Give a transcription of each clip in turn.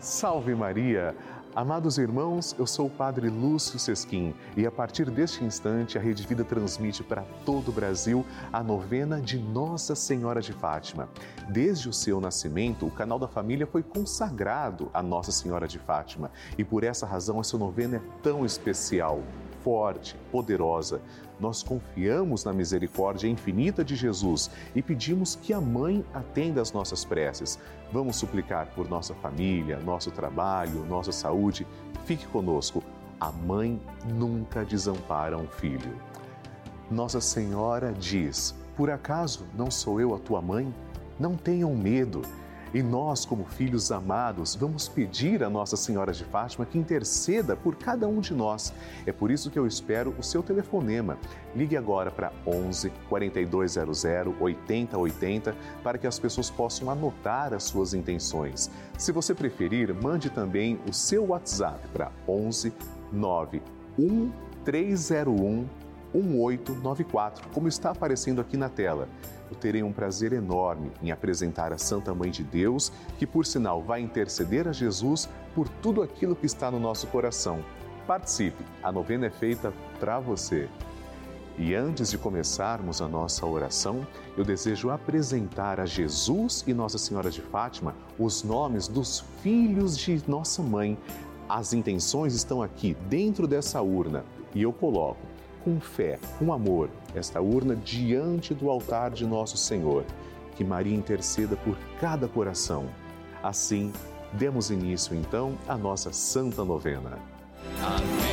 Salve Maria! Amados irmãos, eu sou o Padre Lúcio Sesquim e a partir deste instante a Rede Vida transmite para todo o Brasil a novena de Nossa Senhora de Fátima. Desde o seu nascimento, o canal da família foi consagrado a Nossa Senhora de Fátima e por essa razão essa novena é tão especial, forte, poderosa. Nós confiamos na misericórdia infinita de Jesus e pedimos que a Mãe atenda às nossas preces. Vamos suplicar por nossa família, nosso trabalho, nossa saúde. Fique conosco. A Mãe nunca desampara um filho. Nossa Senhora diz: por acaso não sou eu a tua mãe? Não tenham medo. E nós, como filhos amados, vamos pedir a Nossa Senhora de Fátima que interceda por cada um de nós. É por isso que eu espero o seu telefonema. Ligue agora para 11 4200 8080 para que as pessoas possam anotar as suas intenções. Se você preferir, mande também o seu WhatsApp para 11 91 301 1894, como está aparecendo aqui na tela. Eu terei um prazer enorme em apresentar a Santa Mãe de Deus, que por sinal vai interceder a Jesus por tudo aquilo que está no nosso coração. Participe, a novena é feita para você. E antes de começarmos a nossa oração, eu desejo apresentar a Jesus e Nossa Senhora de Fátima os nomes dos filhos de nossa mãe. As intenções estão aqui dentro dessa urna e eu coloco com fé, com amor, esta urna diante do altar de Nosso Senhor. Que Maria interceda por cada coração. Assim, demos início então à nossa Santa Novena. Amém.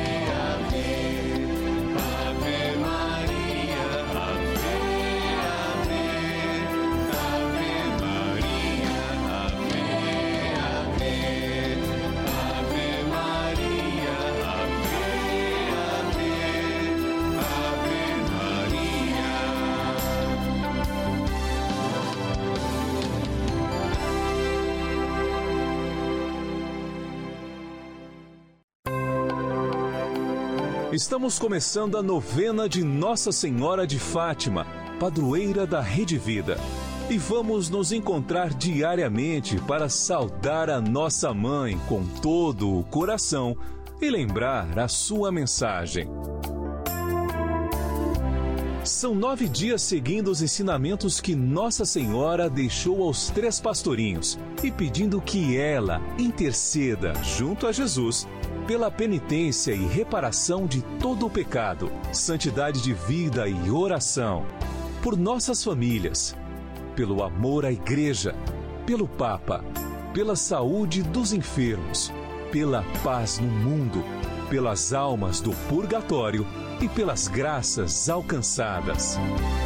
Estamos começando a novena de Nossa Senhora de Fátima, padroeira da Rede Vida. E vamos nos encontrar diariamente para saudar a nossa mãe com todo o coração e lembrar a sua mensagem. São 9 dias seguindo os ensinamentos que Nossa Senhora deixou aos 3 pastorinhos e pedindo que ela interceda junto a Jesus pela penitência e reparação de todo o pecado, santidade de vida e oração, por nossas famílias, pelo amor à Igreja, pelo Papa, pela saúde dos enfermos, pela paz no mundo, pelas almas do purgatório e pelas graças alcançadas.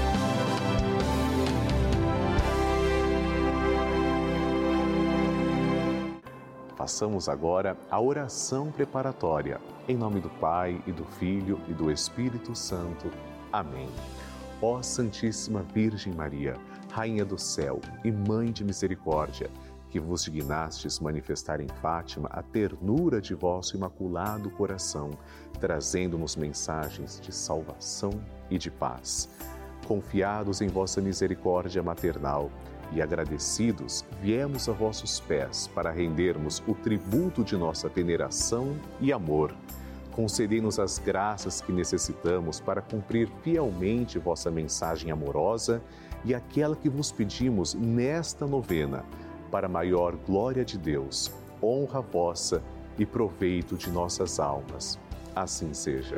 Façamos agora a oração preparatória. Em nome do Pai, e do Filho, e do Espírito Santo. Amém. Ó Santíssima Virgem Maria, Rainha do céu e Mãe de misericórdia, que vos dignastes manifestar em Fátima a ternura de vosso imaculado coração, trazendo-nos mensagens de salvação e de paz. Confiados em vossa misericórdia maternal, e agradecidos, viemos a vossos pés para rendermos o tributo de nossa veneração e amor. Concedei-nos as graças que necessitamos para cumprir fielmente vossa mensagem amorosa e aquela que vos pedimos nesta novena, para a maior glória de Deus, honra vossa e proveito de nossas almas. Assim seja.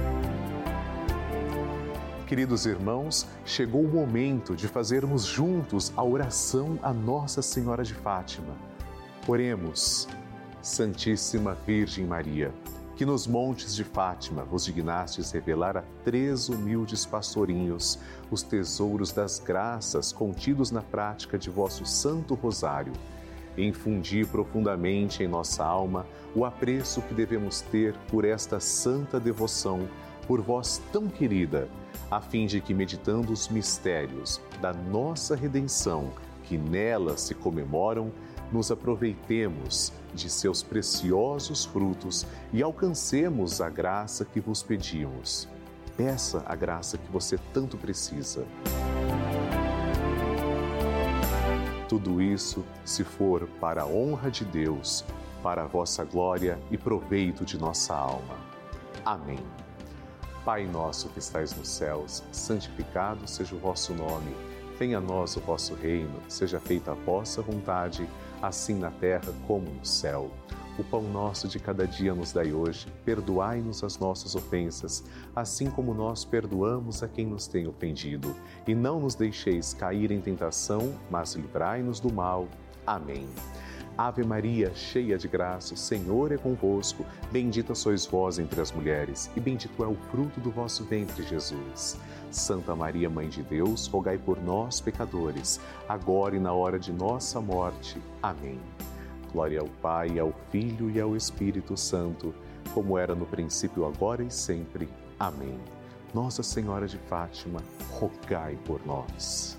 Queridos irmãos, chegou o momento de fazermos juntos a oração a Nossa Senhora de Fátima. Oremos. Santíssima Virgem Maria, que nos montes de Fátima vos dignastes revelar a 3 humildes pastorinhos os tesouros das graças contidos na prática de vosso Santo Rosário. Infundi profundamente em nossa alma o apreço que devemos ter por esta santa devoção, por vós tão querida, a fim de que, meditando os mistérios da nossa redenção, que nela se comemoram, nos aproveitemos de seus preciosos frutos e alcancemos a graça que vos pedimos. Peça a graça que você tanto precisa. Tudo isso, se for para a honra de Deus, para a vossa glória e proveito de nossa alma. Amém. Pai nosso que estais nos céus, santificado seja o vosso nome. Venha a nós o vosso reino, seja feita a vossa vontade, assim na terra como no céu. O pão nosso de cada dia nos dai hoje, perdoai-nos as nossas ofensas, assim como nós perdoamos a quem nos tem ofendido. E não nos deixeis cair em tentação, mas livrai-nos do mal. Amém. Ave Maria, cheia de graça, o Senhor é convosco. Bendita sois vós entre as mulheres, e bendito é o fruto do vosso ventre, Jesus. Santa Maria, Mãe de Deus, rogai por nós, pecadores, agora e na hora de nossa morte. Amém. Glória ao Pai, ao Filho e ao Espírito Santo, como era no princípio, agora e sempre. Amém. Nossa Senhora de Fátima, rogai por nós.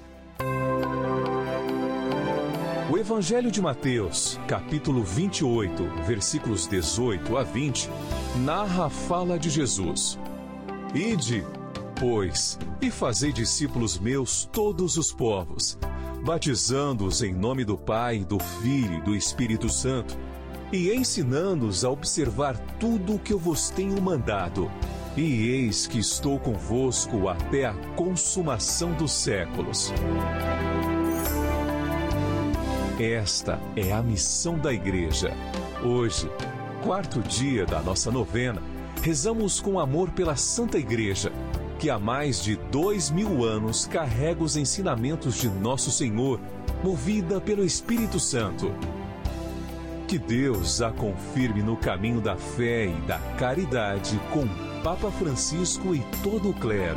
O Evangelho de Mateus, capítulo 28, versículos 18 a 20, narra a fala de Jesus. Ide, pois, e fazei discípulos meus todos os povos, batizando-os em nome do Pai, do Filho e do Espírito Santo, e ensinando-os a observar tudo o que eu vos tenho mandado. E eis que estou convosco até a consumação dos séculos. Esta é a missão da Igreja. Hoje, quarto dia da nossa novena, rezamos com amor pela Santa Igreja, que há mais de 2000 anos carrega os ensinamentos de Nosso Senhor, movida pelo Espírito Santo. Que Deus a confirme no caminho da fé e da caridade com Papa Francisco e todo o clero.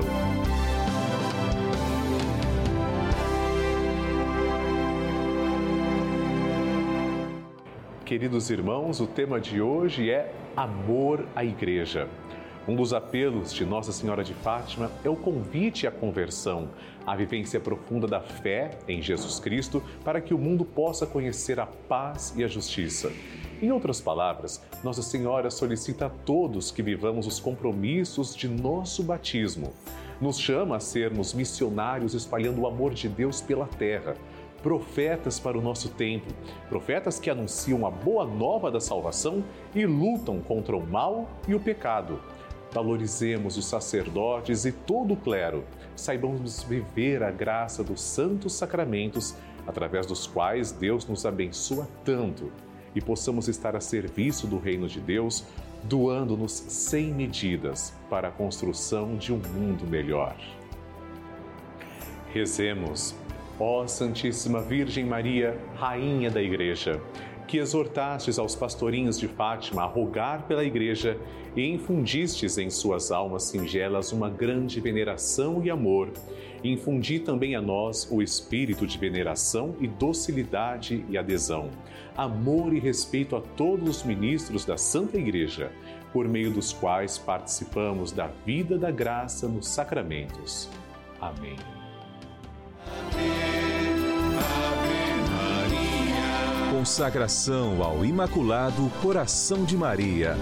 Queridos irmãos, o tema de hoje é Amor à Igreja. Um dos apelos de Nossa Senhora de Fátima é o convite à conversão, à vivência profunda da fé em Jesus Cristo, para que o mundo possa conhecer a paz e a justiça. Em outras palavras, Nossa Senhora solicita a todos que vivamos os compromissos de nosso batismo. Nos chama a sermos missionários espalhando o amor de Deus pela terra, profetas para o nosso tempo, profetas que anunciam a boa nova da salvação e lutam contra o mal e o pecado. Valorizemos os sacerdotes e todo o clero, saibamos viver a graça dos santos sacramentos, através dos quais Deus nos abençoa tanto, e possamos estar a serviço do reino de Deus, doando-nos sem medidas para a construção de um mundo melhor. Rezemos. Ó Santíssima Virgem Maria, Rainha da Igreja, que exortastes aos pastorinhos de Fátima a rogar pela Igreja e infundistes em suas almas singelas uma grande veneração e amor, infundi também a nós o espírito de veneração e docilidade e adesão, amor e respeito a todos os ministros da Santa Igreja, por meio dos quais participamos da vida da graça nos sacramentos. Amém. Consagração ao Imaculado Coração de Maria.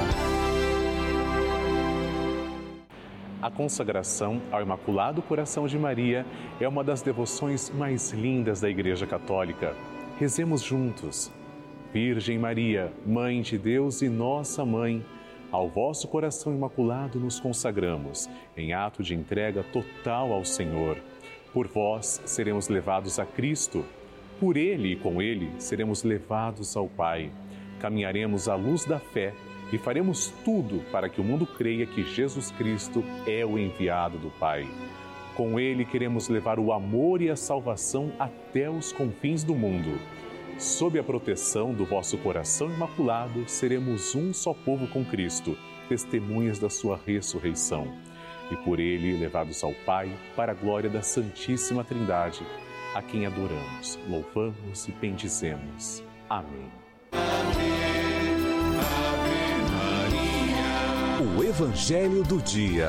A consagração ao Imaculado Coração de Maria é uma das devoções mais lindas da Igreja Católica. Rezemos juntos. Virgem Maria, Mãe de Deus e nossa Mãe, ao vosso coração imaculado nos consagramos, em ato de entrega total ao Senhor. Por vós seremos levados a Cristo. Por Ele e com Ele seremos levados ao Pai. Caminharemos à luz da fé e faremos tudo para que o mundo creia que Jesus Cristo é o enviado do Pai. Com Ele queremos levar o amor e a salvação até os confins do mundo. Sob a proteção do vosso coração imaculado, seremos um só povo com Cristo, testemunhas da sua ressurreição. E por Ele levados ao Pai, para a glória da Santíssima Trindade, a quem adoramos, louvamos e bendizemos. Amém. Ave Maria. O Evangelho do Dia.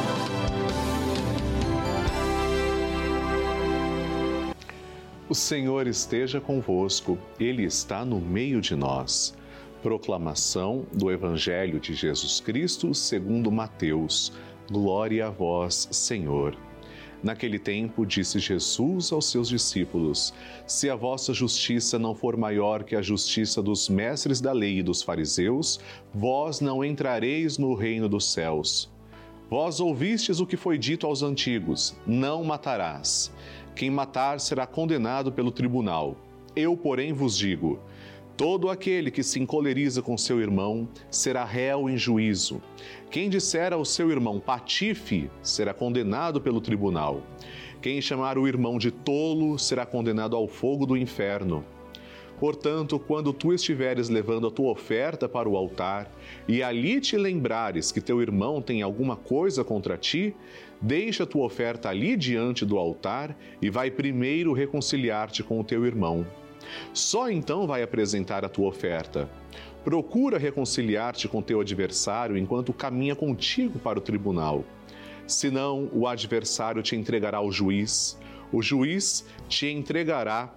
O Senhor esteja convosco, Ele está no meio de nós. Proclamação do Evangelho de Jesus Cristo segundo Mateus. Glória a vós, Senhor. Naquele tempo, disse Jesus aos seus discípulos: Se a vossa justiça não for maior que a justiça dos mestres da lei e dos fariseus, vós não entrareis no reino dos céus. Vós ouvistes o que foi dito aos antigos: não matarás. Quem matar será condenado pelo tribunal. Eu, porém, vos digo: todo aquele que se encoleriza com seu irmão será réu em juízo. Quem disser ao seu irmão patife será condenado pelo tribunal. Quem chamar o irmão de tolo será condenado ao fogo do inferno. Portanto, quando tu estiveres levando a tua oferta para o altar e ali te lembrares que teu irmão tem alguma coisa contra ti, deixa a tua oferta ali diante do altar e vai primeiro reconciliar-te com o teu irmão. Só então vai apresentar a tua oferta. Procura reconciliar-te com teu adversário enquanto caminha contigo para o tribunal. Senão, o adversário te entregará ao juiz, o juiz te entregará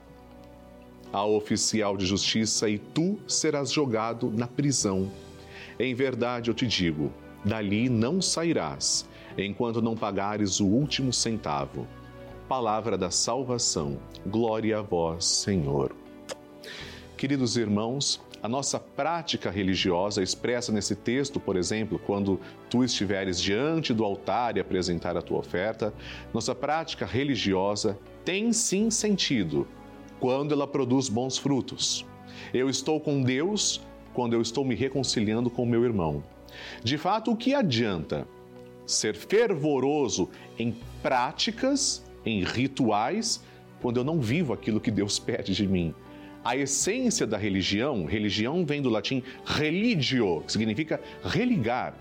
ao oficial de justiça e tu serás jogado na prisão. Em verdade, eu te digo, dali não sairás, enquanto não pagares o último centavo. Palavra da salvação. Glória a vós, Senhor. Queridos irmãos, a nossa prática religiosa expressa nesse texto, por exemplo, quando tu estiveres diante do altar e apresentar a tua oferta, nossa prática religiosa tem sim sentido quando ela produz bons frutos. Eu estou com Deus quando eu estou me reconciliando com o meu irmão. De fato, o que adianta ser fervoroso em práticas, em rituais, quando eu não vivo aquilo que Deus pede de mim? A essência da religião vem do latim religio, que significa religar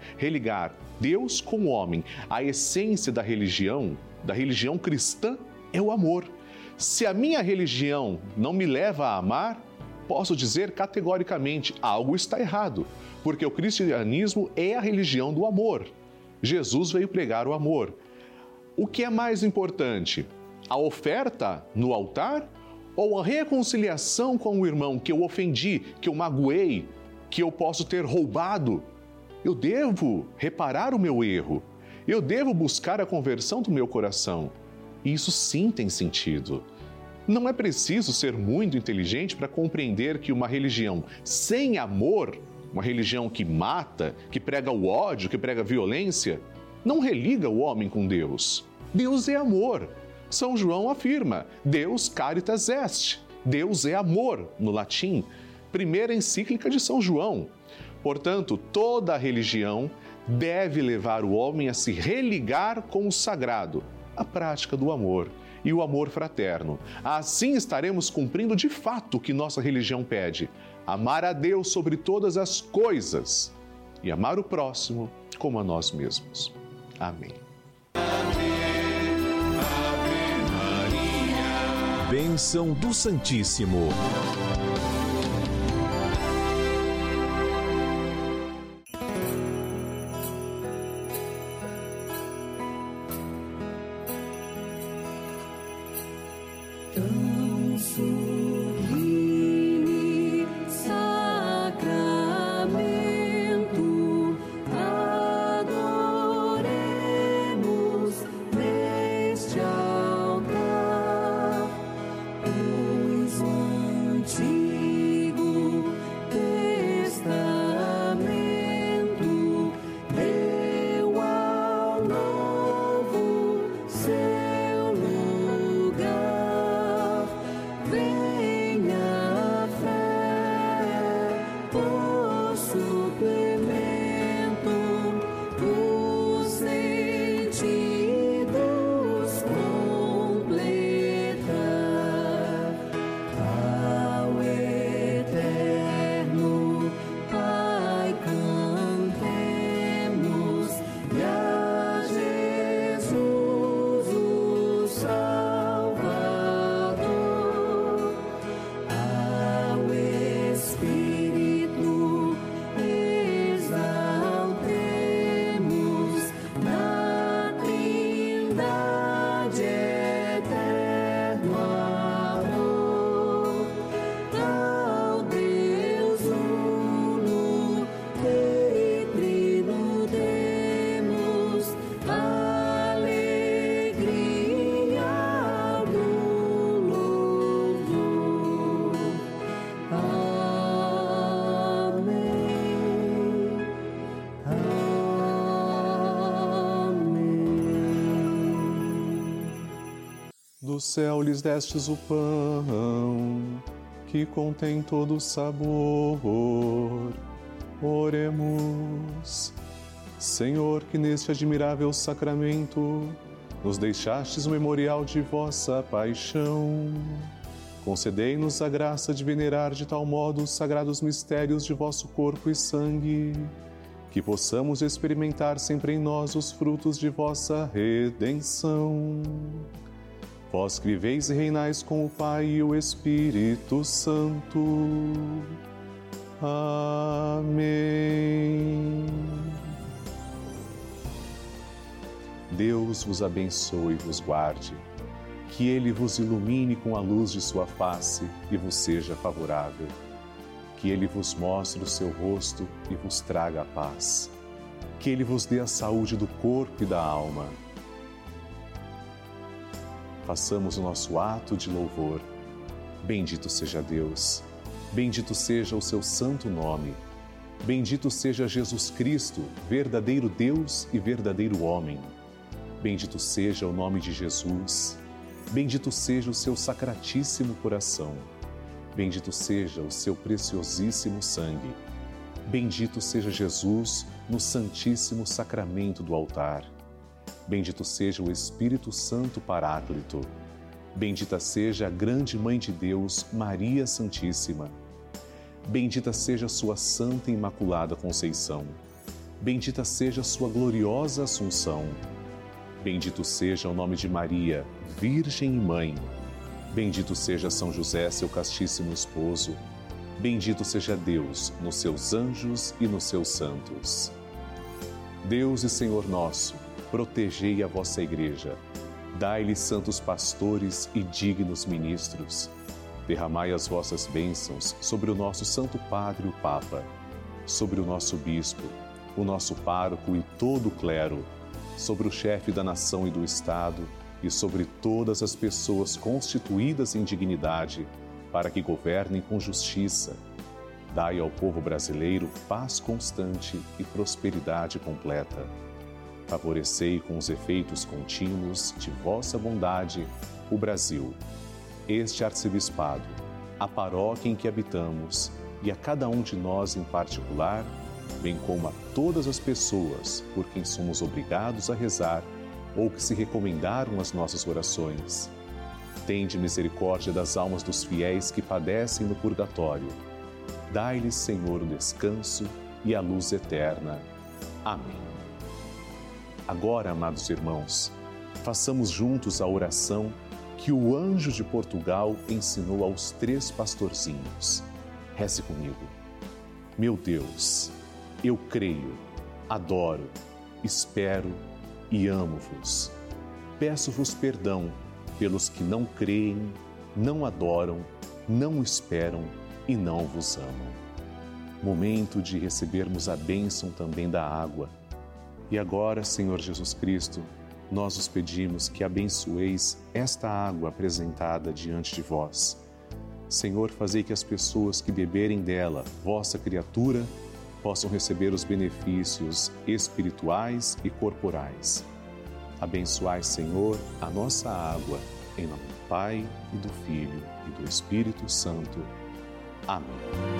Deus com o homem. A essência da religião cristã, é o amor. Se a minha religião não me leva a amar, posso dizer categoricamente, algo está errado, porque o cristianismo é a religião do amor. Jesus veio pregar o amor. O que é mais importante? A oferta no altar ou a reconciliação com o irmão que eu ofendi, que eu magoei, que eu posso ter roubado? Eu devo reparar o meu erro. Eu devo buscar a conversão do meu coração. Isso sim tem sentido. Não é preciso ser muito inteligente para compreender que uma religião sem amor, uma religião que mata, que prega o ódio, que prega a violência, não religa o homem com Deus. Deus é amor. São João afirma, Deus caritas est, Deus é amor, no latim, primeira encíclica de São João. Portanto, toda a religião deve levar o homem a se religar com o sagrado, a prática do amor e o amor fraterno. Assim estaremos cumprindo de fato o que nossa religião pede, amar a Deus sobre todas as coisas e amar o próximo como a nós mesmos. Amém. Bênção do Santíssimo. Tão sublime sacramento, adoremos neste altar, pois o Do céu lhes destes o pão, que contém todo o sabor. Oremos. Senhor, que neste admirável sacramento nos deixastes o memorial de vossa paixão, concedei-nos a graça de venerar de tal modo os sagrados mistérios de vosso corpo e sangue, que possamos experimentar sempre em nós os frutos de vossa redenção. Vós que viveis e reinais com o Pai e o Espírito Santo. Amém. Deus vos abençoe e vos guarde, que Ele vos ilumine com a luz de sua face e vos seja favorável, que Ele vos mostre o seu rosto e vos traga a paz, que Ele vos dê a saúde do corpo e da alma. Façamos o nosso ato de louvor. Bendito seja Deus, bendito seja o seu santo nome, bendito seja Jesus Cristo, verdadeiro Deus e verdadeiro homem. Bendito seja o nome de Jesus, bendito seja o seu sacratíssimo coração, bendito seja o seu preciosíssimo sangue, bendito seja Jesus no santíssimo sacramento do altar. Bendito seja o Espírito Santo Paráclito. Bendita seja a grande Mãe de Deus, Maria Santíssima. Bendita seja a sua Santa e Imaculada Conceição. Bendita seja a sua gloriosa Assunção. Bendito seja o nome de Maria, Virgem e Mãe. Bendito seja São José, seu castíssimo esposo. Bendito seja Deus nos seus anjos e nos seus santos. Deus e Senhor nosso, protegei a vossa Igreja, dai-lhe santos pastores e dignos ministros. Derramai as vossas bênçãos sobre o nosso Santo Padre, o Papa, sobre o nosso Bispo, o nosso pároco e todo o clero, sobre o chefe da nação e do Estado e sobre todas as pessoas constituídas em dignidade, para que governem com justiça. Dai ao povo brasileiro paz constante e prosperidade completa. Favorecei com os efeitos contínuos de vossa bondade o Brasil, este arcebispado, a paróquia em que habitamos e a cada um de nós em particular, bem como a todas as pessoas por quem somos obrigados a rezar ou que se recomendaram as nossas orações. Tende misericórdia das almas dos fiéis que padecem no purgatório. Dai-lhes, Senhor, o descanso e a luz eterna. Amém. Agora, amados irmãos, façamos juntos a oração que o anjo de Portugal ensinou aos 3 pastorzinhos. Reze comigo. Meu Deus, eu creio, adoro, espero e amo-vos. Peço-vos perdão pelos que não creem, não adoram, não esperam e não vos amam. Momento de recebermos a bênção também da água. E agora, Senhor Jesus Cristo, nós os pedimos que abençoeis esta água apresentada diante de vós. Senhor, fazei que as pessoas que beberem dela, vossa criatura, possam receber os benefícios espirituais e corporais. Abençoai, Senhor, a nossa água, em nome do Pai, e do Filho, e do Espírito Santo. Amém.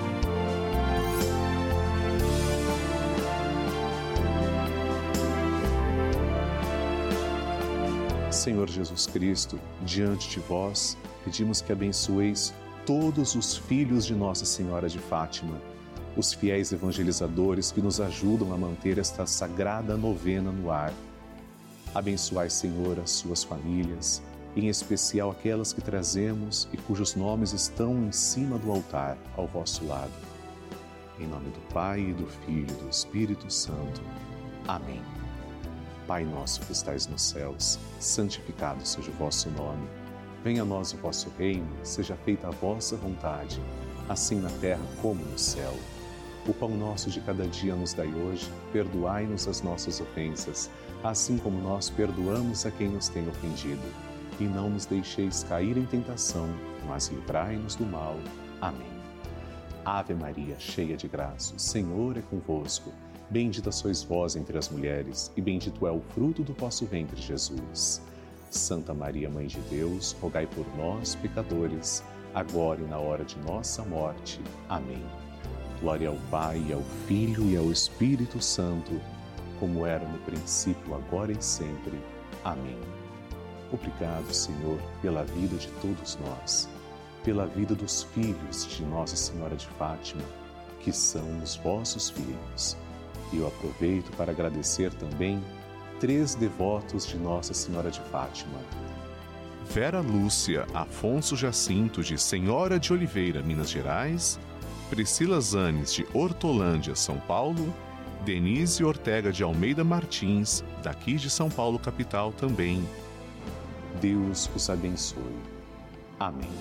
Senhor Jesus Cristo, diante de vós, pedimos que abençoeis todos os filhos de Nossa Senhora de Fátima, os fiéis evangelizadores que nos ajudam a manter esta sagrada novena no ar. Abençoai, Senhor, as suas famílias, em especial aquelas que trazemos e cujos nomes estão em cima do altar, ao vosso lado. Em nome do Pai, e do Filho e do Espírito Santo. Amém. Pai nosso que estais nos céus, santificado seja o vosso nome. Venha a nós o vosso reino, seja feita a vossa vontade, assim na terra como no céu. O pão nosso de cada dia nos dai hoje, perdoai-nos as nossas ofensas, assim como nós perdoamos a quem nos tem ofendido. E não nos deixeis cair em tentação, mas livrai-nos do mal. Amém. Ave Maria, cheia de graça, o Senhor é convosco. Bendita sois vós entre as mulheres, e bendito é o fruto do vosso ventre, Jesus. Santa Maria, Mãe de Deus, rogai por nós, pecadores, agora e na hora de nossa morte. Amém. Glória ao Pai, ao Filho e ao Espírito Santo, como era no princípio, agora e sempre. Amém. Obrigado, Senhor, pela vida de todos nós, pela vida dos filhos de Nossa Senhora de Fátima, que são os vossos filhos. E eu aproveito para agradecer também 3 devotos de Nossa Senhora de Fátima. Vera Lúcia Afonso Jacinto, de Senhora de Oliveira, Minas Gerais, Priscila Zanes, de Hortolândia, São Paulo, Denise Ortega de Almeida Martins, daqui de São Paulo, capital também. Deus os abençoe. Amém.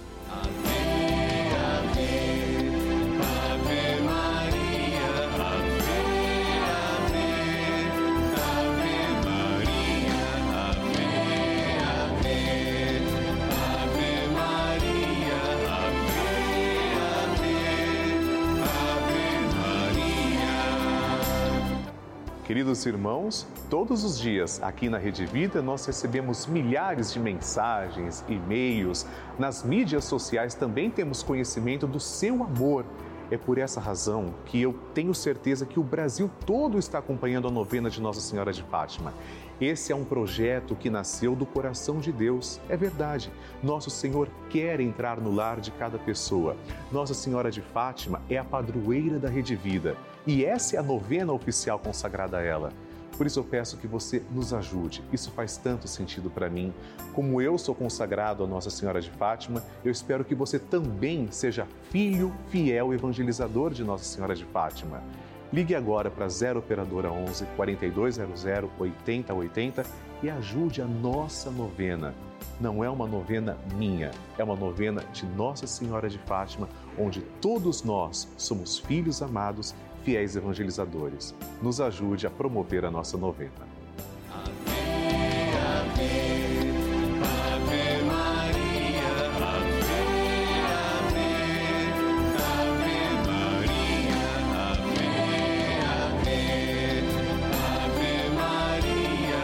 Queridos irmãos, todos os dias aqui na Rede Vida nós recebemos milhares de mensagens, e-mails, nas mídias sociais também temos conhecimento do seu amor. É por essa razão que eu tenho certeza que o Brasil todo está acompanhando a novena de Nossa Senhora de Fátima. Esse é um projeto que nasceu do coração de Deus. É verdade, Nosso Senhor quer entrar no lar de cada pessoa. Nossa Senhora de Fátima é a padroeira da Rede Vida e essa é a novena oficial consagrada a ela. Por isso eu peço que você nos ajude. Isso faz tanto sentido para mim. Como eu sou consagrado a Nossa Senhora de Fátima, eu espero que você também seja filho, fiel evangelizador de Nossa Senhora de Fátima. Ligue agora para 0 Operadora 11 4200 8080 e ajude a nossa novena. Não é uma novena minha, é uma novena de Nossa Senhora de Fátima, onde todos nós somos filhos amados, fiéis evangelizadores. Nos ajude a promover a nossa novena. Ave, ave, ave Maria, ave, ave, ave Maria, ave, ave, ave Maria,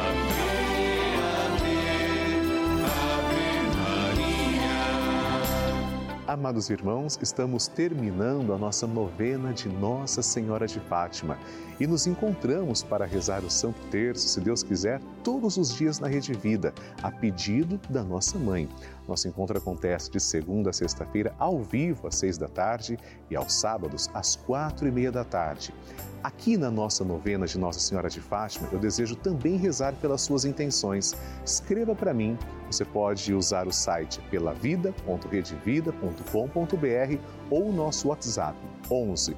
ave, ave Maria. Amados irmãos, estamos terminando a nossa novena de Nossa Senhora de Fátima e nos encontramos para rezar o Santo Terço, se Deus quiser, todos os dias na Rede Vida, a pedido da nossa mãe. Nosso encontro acontece de segunda a sexta-feira, ao vivo, às 6 da tarde e aos sábados, às 4:30 da tarde. Aqui na nossa novena de Nossa Senhora de Fátima, eu desejo também rezar pelas suas intenções. Escreva para mim. Você pode usar o site pelavida.redevida.com.br ou o nosso WhatsApp 11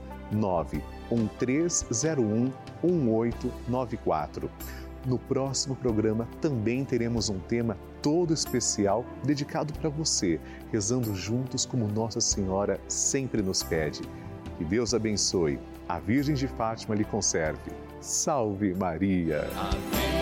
91301 1894. No próximo programa também teremos um tema todo especial dedicado para você, rezando juntos como Nossa Senhora sempre nos pede. Que Deus abençoe, a Virgem de Fátima lhe conserve. Salve Maria! Amém.